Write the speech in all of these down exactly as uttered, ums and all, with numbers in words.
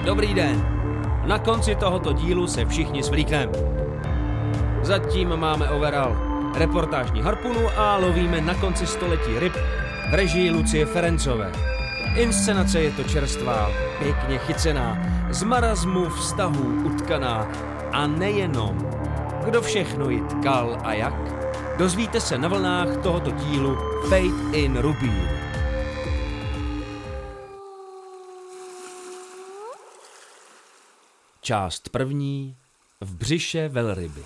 Dobrý den. Na konci tohoto dílu se všichni svlíkneme. Zatím máme overall reportážní harpunu a lovíme na konci století ryb v režii Lucie Ferencové. Inscenace je to čerstvá, pěkně chycená, z marazmu vztahů utkaná a nejenom. Kdo všechno ji tkal a jak? Dozvíte se na vlnách tohoto dílu Fate in Rubín. Část první. V břiše velryby.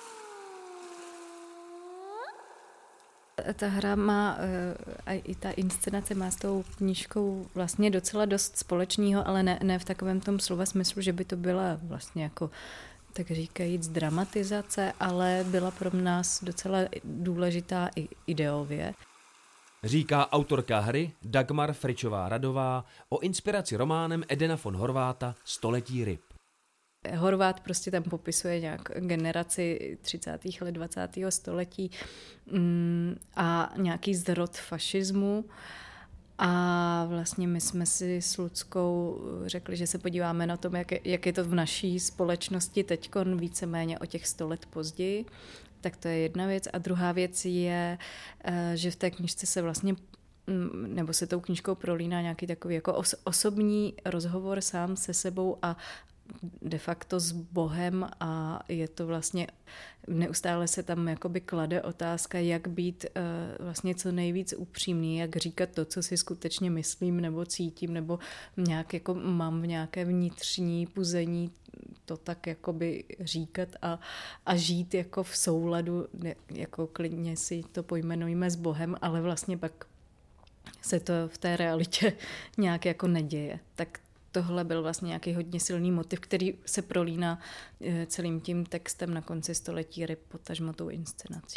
Ta hra má, a i ta inscenace má s tou knížkou vlastně docela dost společného, ale ne, ne v takovém tom slova smyslu, že by to byla vlastně jako, tak říkajíc, dramatizace, ale byla pro nás docela důležitá i ideově. Říká autorka hry Dagmar Fričová-Radová o inspiraci románem Edena von Horváta Století ryb. Horvát prostě tam popisuje nějak generaci třicátých let dvacátého století a nějaký zrod fašismu. A vlastně my jsme si s Luckou řekli, že se podíváme na tom, jak je, jak je to v naší společnosti teďkon víceméně o těch sto let později. Tak to je jedna věc. A druhá věc je, že v té knížce se vlastně nebo se tou knížkou prolíná nějaký takový jako os- osobní rozhovor sám se sebou a de facto s Bohem a je to vlastně, neustále se tam jakoby klade otázka, jak být uh, vlastně co nejvíc upřímný, jak říkat to, co si skutečně myslím nebo cítím, nebo nějak jako mám v nějaké vnitřní puzení to tak jakoby říkat a, a žít jako v souladu, jako klidně si to pojmenujeme s Bohem, ale vlastně pak se to v té realitě nějak jako neděje. Tak tohle byl vlastně nějaký hodně silný motiv, který se prolíná celým tím textem na konci století ryb, potažmo tou inscenací.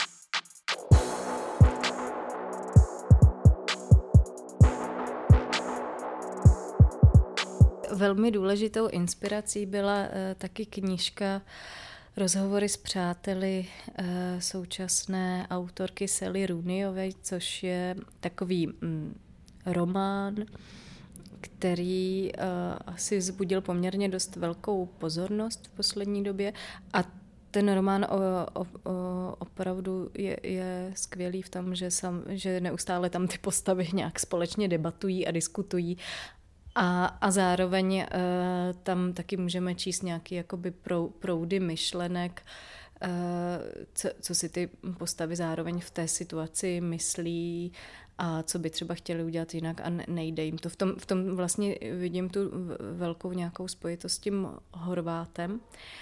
Velmi důležitou inspirací byla taky knížka Rozhovory s přáteli současné autorky Sally Rooneyové, což je takový mm, román, který uh, asi vzbudil poměrně dost velkou pozornost v poslední době a ten román o, o, o, opravdu je, je skvělý v tom, že, sam, že neustále tam ty postavy nějak společně debatují a diskutují a, a zároveň uh, tam taky můžeme číst nějaký jakoby prou, proudy myšlenek, uh, co, co si ty postavy zároveň v té situaci myslí a co by třeba chtěli udělat jinak a nejde jim to. V tom, v tom vlastně vidím tu velkou nějakou spojitost s tím Horvátem.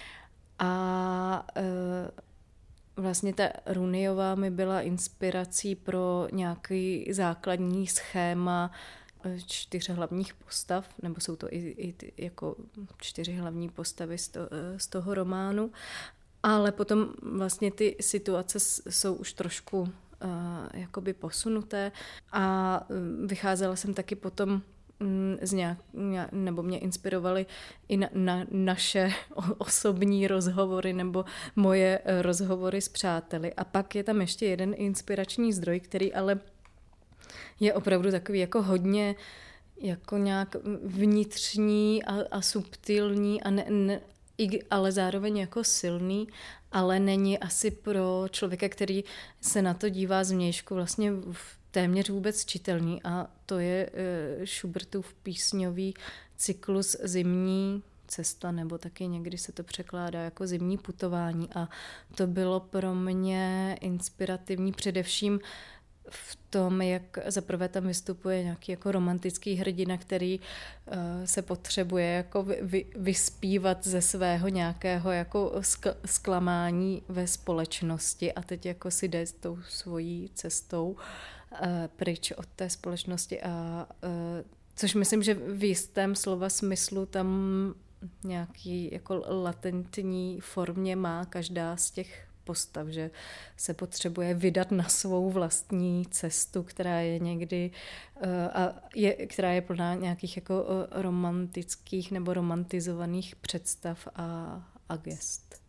A e, vlastně ta Rooneyová mi byla inspirací pro nějaký základní schéma čtyř hlavních postav, nebo jsou to i, i ty, jako čtyři hlavní postavy z, to, z toho románu. Ale potom vlastně ty situace jsou už trošku Uh, jakoby posunuté a vycházela jsem taky potom um, z nějak, nebo mě inspirovaly i na, na naše osobní rozhovory nebo moje rozhovory s přáteli. A pak je tam ještě jeden inspirační zdroj, který ale je opravdu takový jako hodně jako nějak vnitřní a, a subtilní a ne, ne, ale zároveň jako silný, ale není asi pro člověka, který se na to dívá zvnějšku vlastně téměř vůbec čitelný a to je Schubertův písňový cyklus Zimní cesta, nebo taky někdy se to překládá jako Zimní putování a to bylo pro mě inspirativní především v tom, jak zaprvé tam vystupuje nějaký jako romantický hrdina, který uh, se potřebuje jako vy, vy, vyspívat ze svého nějakého jako sk- zklamání ve společnosti a teď jako si jde s tou svojí cestou uh, pryč od té společnosti a uh, což myslím, že v jistém slova smyslu tam nějaký jako latentní formě má každá z těch postav, že se potřebuje vydat na svou vlastní cestu, která je někdy a je, která je plná nějakých jako romantických nebo romantizovaných představ a, a gest.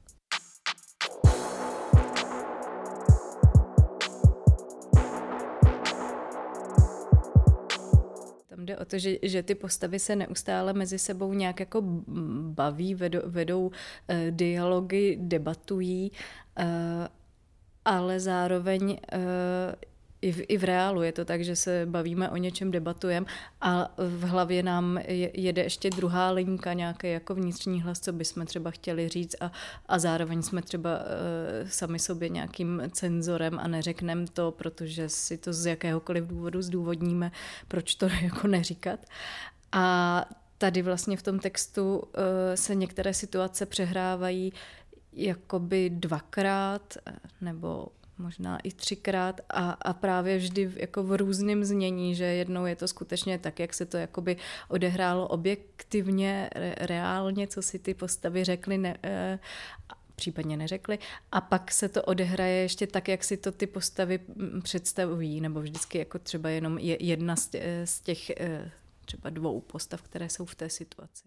Tam jde o to, že, že ty postavy se neustále mezi sebou nějak jako baví, vedou, vedou uh, dialogy, debatují, uh, ale zároveň uh, i v, i v reálu je to tak, že se bavíme o něčem, debatujeme a v hlavě nám jede ještě druhá linka, nějaký jako vnitřní hlas, co bychom třeba chtěli říct a, a zároveň jsme třeba uh, sami sobě nějakým cenzorem a neřekneme to, protože si to z jakéhokoliv důvodu zdůvodníme, proč to jako neříkat. A tady vlastně v tom textu uh, se některé situace přehrávají jakoby dvakrát nebo možná i třikrát a, a právě vždy jako v různém znění, že jednou je to skutečně tak, jak se to jakoby odehrálo objektivně, re, reálně, co si ty postavy řekly, ne, e, případně neřekly, a pak se to odehraje ještě tak, jak si to ty postavy představují, nebo vždycky jako třeba jenom jedna z, tě, z těch e, třeba dvou postav, které jsou v té situaci.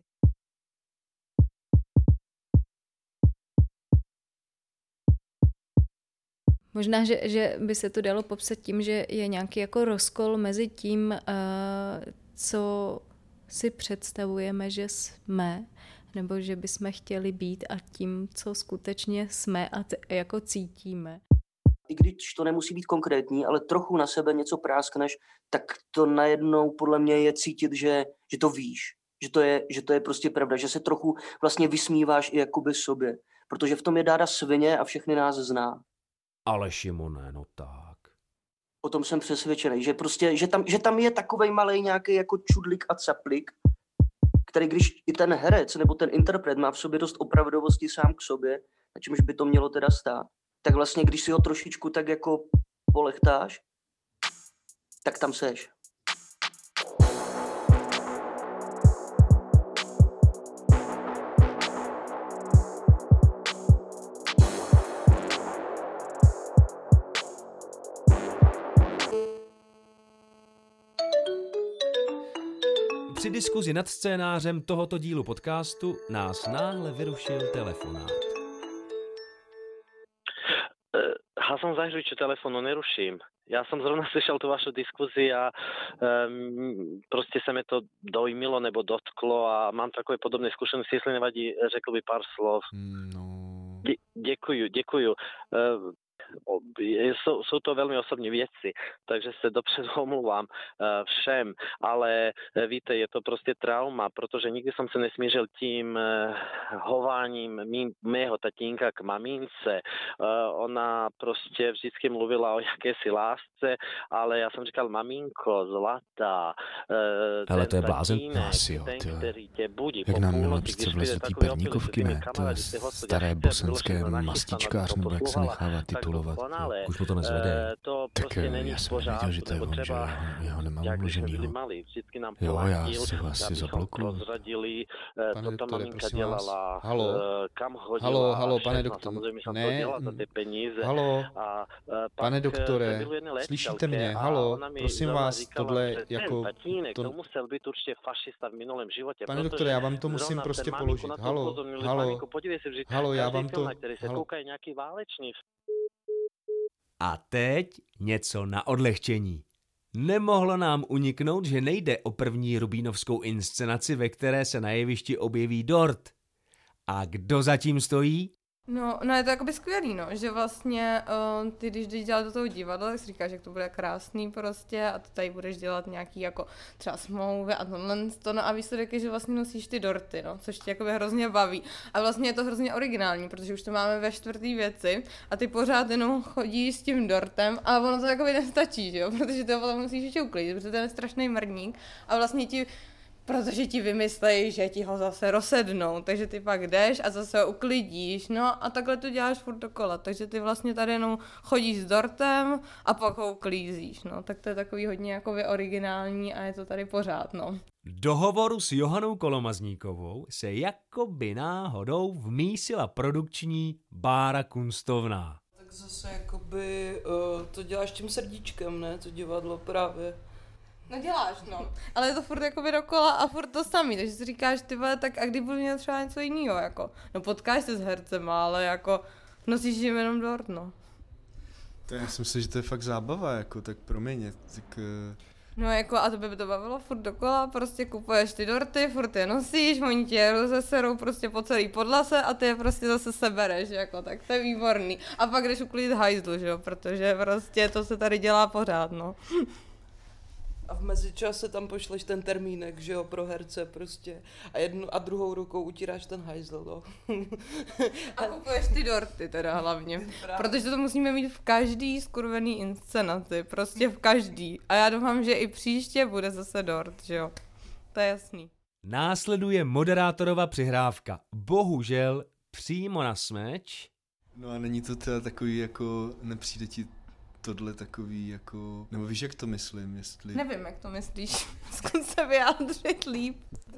Možná, že, že by se to dalo popsat tím, že je nějaký jako rozkol mezi tím, uh, co si představujeme, že jsme, nebo že bychom chtěli být a tím, co skutečně jsme a t- jako cítíme. I když to nemusí být konkrétní, ale trochu na sebe něco práskneš, tak to najednou podle mě je cítit, že, že to víš, že to, je, že to je prostě pravda, že se trochu vlastně vysmíváš i jakoby sobě, protože v tom je Dáda svině a všechny nás zná. Ale Šimone, no tak. O tom jsem přesvědčený, že prostě, že tam, že tam je takovej malej nějaký jako čudlik a caplik, který když i ten herec nebo ten interpret má v sobě dost opravdovosti sám k sobě, na čemž by to mělo teda stát, tak vlastně když si ho trošičku tak jako polechtáš, tak tam seš. Při diskuzi nad scénářem tohoto dílu podcastu nás náhle vyrušil telefonát. Hasan Zahrič, telefonu neruším. Já jsem zrovna slyšel tu vašu diskuzi a um, prostě se mi to dojmilo nebo dotklo a mám takové podobné zkušenosti, jestli nevadí, řekl by pár slov. No. Dě, děkuju, děkuju. Uh, Jsou, jsou to velmi osobní věci, takže se dopředu omluvám uh, všem, ale uh, víte, je to prostě trauma, protože nikdy jsem se nesmířil tím uh, hováním mý, mého tatínka k mamince. Uh, ona prostě vždycky mluvila o jakési lásce, ale já jsem říkal, maminko, zlatá, uh, hele, to je blázen. Asi jo, ten, tyhle. který tě budí Jak po nám půlnoci, přece když vlezí přijde tý takový perníkovky, opilý, ne? ty To je kamarádi, ty hospodě, staré jak chce, bosenské bylo všechno mastičkář, nachystané, nebo jak se posluhala, nechává tak titulovat. dokonale. Už mu to nezvede. To Tak prostě není já v jsem nevěděl, že to je pořádku, on, že třeba, já ho nemám jak když jsme byli uloženýho. malí, vždycky nám Jo, já platil, si ho asi abychom zablokuju. prozradili, Pane co ta doktore, maminka prosím vás. dělala, Halo? kam hodila. Halo, halo, všechno. pane doktore. Samozřejmě jsem Ne, to dělal za ty peníze. Halo, A, pak pane doktore, byl jedné léčitelké slyšíte mě? a Halo, ona mi prosím zrovna vás, říkala, tohle že jako... ten tatínek, To... to musel být určitě fašista v minulém životě. Pane doktore, já vám to musím prostě položit. Halo, halo, halo, já vám to... Na který se halo. koukají nějaký váleční. A teď něco na odlehčení. Nemohlo nám uniknout, že nejde o první rubínovskou inscenaci, ve které se na jevišti objeví dort. A kdo zatím stojí? No, no je to jakoby skvělý, no, že vlastně uh, ty, když jdeš dělat do toho divadla, tak si říkáš, že to bude krásný prostě a ty tady budeš dělat nějaký jako třeba smlouvy a tohle, to, no a výsledek je, že vlastně nosíš ty dorty, no, což tě jakoby hrozně baví. A vlastně je to hrozně originální, protože už to máme ve čtvrtý věci a ty pořád jenom chodíš s tím dortem a ono to jakoby nestačí, že jo, protože to potom musíš ještě uklidit, protože to je strašný mrník a vlastně ti protože ti vymyslejí, že ti ho zase rozsednou, takže ty pak jdeš a zase ho uklidíš, no a takhle to děláš furt dokola, takže ty vlastně tady jenom chodíš s dortem a pak ho uklízíš, no, tak to je takový hodně jakoby originální a je to tady pořád, no. Do hovoru s Johanou Kolomazníkovou se jakoby náhodou vmísila produkční Bára Kunstovná. Tak zase jakoby uh, to děláš tím srdíčkem, ne, to divadlo právě. No děláš, no. Ale je to furt jakoby dokola a furt to samý, takže si říkáš, ty vole, tak a kdy budu měl třeba něco jiného, jako. No potkáš se s hercema, ale jako nosíš jim jenom dort, no. To já si myslím, že to je fakt zábava, jako, tak promiň, tak No jako a to by to bavilo furt dokola, prostě kupuješ ty dorty, furt je nosíš, oni tě rozeserou prostě po celý podlase a ty je prostě zase sebereš, jako tak to je výborný. A pak jdeš uklidit hajzlu, že jo, protože prostě to se tady dělá pořád, no. A v mezičase tam pošleš ten termínek, že jo, pro herce prostě. A jednu a druhou rukou utíráš ten hajzl, no. A kupuješ ty dorty teda hlavně. Právě. Protože to musíme mít v každý skurvený inscenaci, prostě v každý. A já doufám, že i příště bude zase dort, že jo. To je jasný. Následuje moderátorova přihrávka. Bohužel přímo na smeč. No a není to teda takový jako, nepřijde ti tohle takový jako, nebo víš, jak to myslím, jestli... Nevím, jak to myslíš. Zkus se vyjádřit líp.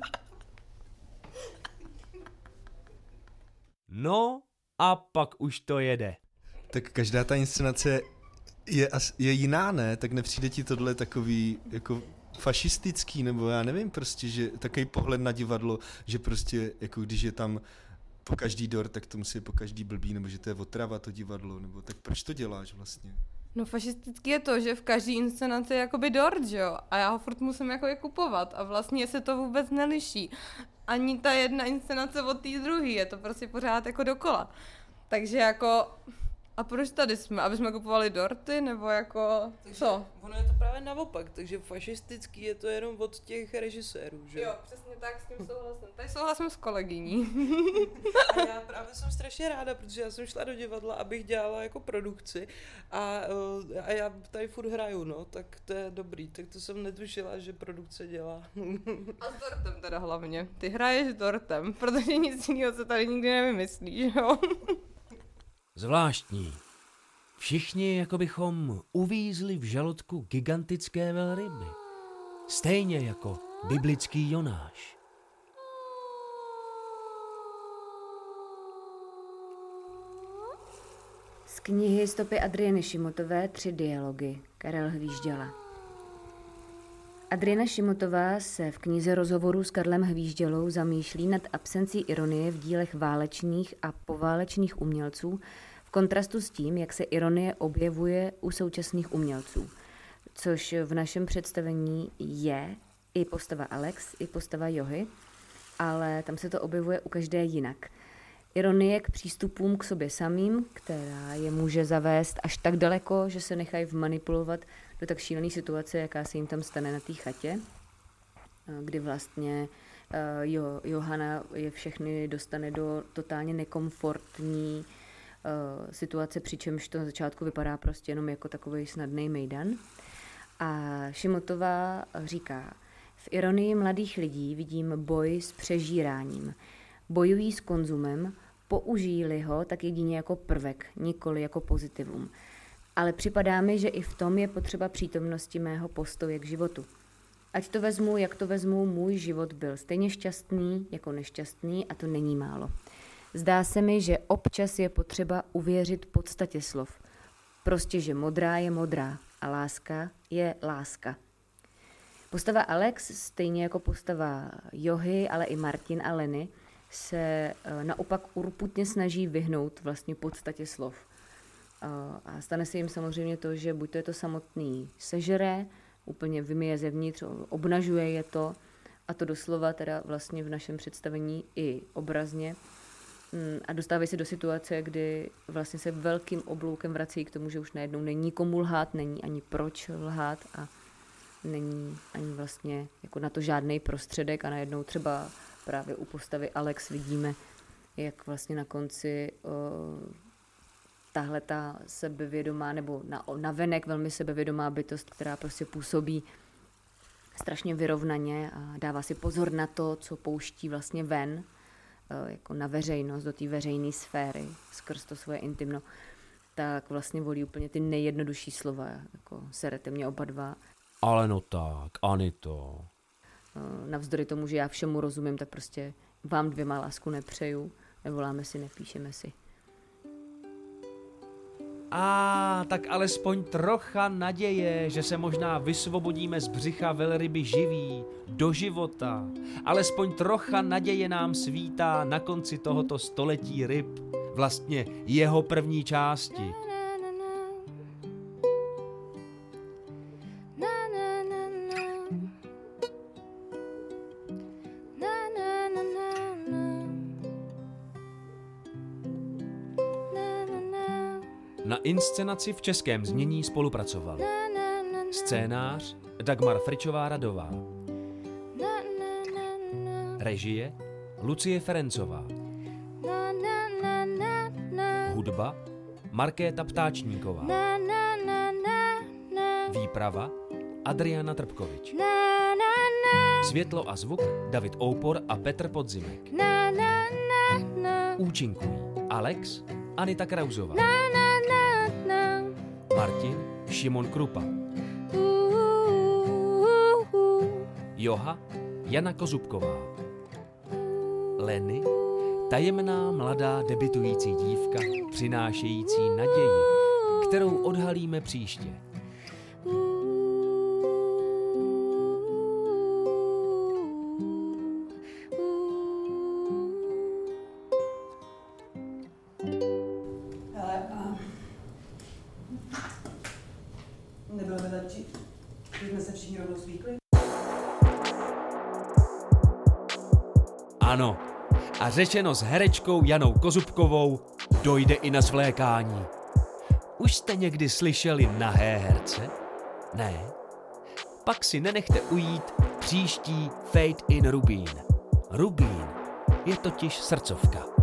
No a pak už to jede. Tak každá ta inscenace je, je jiná, ne? Tak nepřijde ti tohle takový jako fašistický, nebo já nevím prostě, že takový pohled na divadlo, že prostě jako když je tam po každý dort, tak to musí po každý blbý, nebo že to je otrava to divadlo, nebo tak proč to děláš vlastně? No fašistický je to, že v každé inscenaci je jakoby dort, že jo? A já ho furt musím jako je kupovat a vlastně se to vůbec neliší. Ani ta jedna inscenace od té druhé, je to prostě pořád jako dokola. Takže jako... A proč tady jsme? Aby jsme kupovali dorty, nebo jako... Takže co? Ono je to právě naopak, takže fašistický je to jenom od těch režisérů, že? Jo, přesně tak, s tím souhlasím. Tady souhlasím s kolegyní. A já právě jsem strašně ráda, protože já jsem šla do divadla, abych dělala jako produkci a, a já tady furt hraju, no, tak to je dobrý, tak to jsem netušila, že produkce dělá. A s dortem teda hlavně. Ty hraješ s dortem, protože nic jiného se tady nikdy nevymyslí, že jo? Zvláštní. Všichni jako bychom uvízli v žaludku gigantické velryby. Stejně jako biblický Jonáš. Z knihy Stopy Adrieny Šimotové Tři dialogy. Karel Hvížděla. Adriana Šimutová se v knize rozhovorů s Karlem Hvíždělou zamýšlí nad absencí ironie v dílech válečných a poválečných umělců v kontrastu s tím, jak se ironie objevuje u současných umělců, což v našem představení je i postava Alex, i postava Johy, ale tam se to objevuje u každé jinak. Ironie k přístupům k sobě samým, která je může zavést až tak daleko, že se nechají vmanipulovat do tak šílené situace, jaká se jim tam stane na té chatě, kdy vlastně uh, jo, Johana je všechny dostane do totálně nekomfortní uh, situace, přičemž to na začátku vypadá prostě jenom jako takový snadný mejdan. A Šimutová říká, v ironii mladých lidí vidím boj s přežíráním. Bojují s konzumem, použijí-li ho tak jedině jako prvek, nikoli jako pozitivum. Ale připadá mi, že i v tom je potřeba přítomnosti mého postoje k životu. Ať to vezmu, jak to vezmu, můj život byl stejně šťastný jako nešťastný a to není málo. Zdá se mi, že občas je potřeba uvěřit podstatě slov. Prostě, že modrá je modrá a láska je láska. Postava Alex, stejně jako postava Johy, ale i Martin a Leny, se naopak urputně snaží vyhnout vlastně podstatě slov. A stane se jim samozřejmě to, že buď to je to samotný sežere, úplně vymije zevnitř, obnažuje je to, a to doslova teda vlastně v našem představení i obrazně. A dostávají se do situace, kdy vlastně se velkým obloukem vrací k tomu, že už najednou není komu lhát, není ani proč lhát a není ani vlastně jako na to žádný prostředek a najednou třeba právě u postavy Alex vidíme, jak vlastně na konci uh, tahle ta sebevědomá nebo na, navenek velmi sebevědomá bytost, která prostě působí strašně vyrovnaně a dává si pozor na to, co pouští vlastně ven, uh, jako na veřejnost, do té veřejné sféry, skrz to svoje intimno, tak vlastně volí úplně ty nejjednodušší slova, jako serete mě oba dva. Ale no tak, Anito. Navzdory tomu, že já všemu rozumím, tak prostě vám dvěma lásku nepřeju, nevoláme si, nepíšeme si. A tak alespoň trocha naděje, že se možná vysvobodíme z břicha velryby živí, do života. Alespoň trocha naděje nám svítá na konci tohoto století ryb, vlastně jeho první části. inscenaci v českém znění spolupracovali scénář Dagmar Fričová Radová, režie Lucie Ferencová, hudba Markéta Ptáčníková, výprava Adriana Trpkovič, světlo a zvuk David Oupor a Petr Podzimek, účinkují Alex, Anita Krauzová, Martin Šimon Krupa, Joha Jana Kozubková, Lenny tajemná mladá debitující dívka přinášející naději, kterou odhalíme příště. Hele, a... nebylo by lepší, když jsme se všichni rovnou zvykli? Ano, a řečeno s herečkou Janou Kozubkovou dojde i na svlékání. Už jste někdy slyšeli nahé herce? Ne? Pak si nenechte ujít příští Fade in Rubín. Rubín je totiž srdcovka.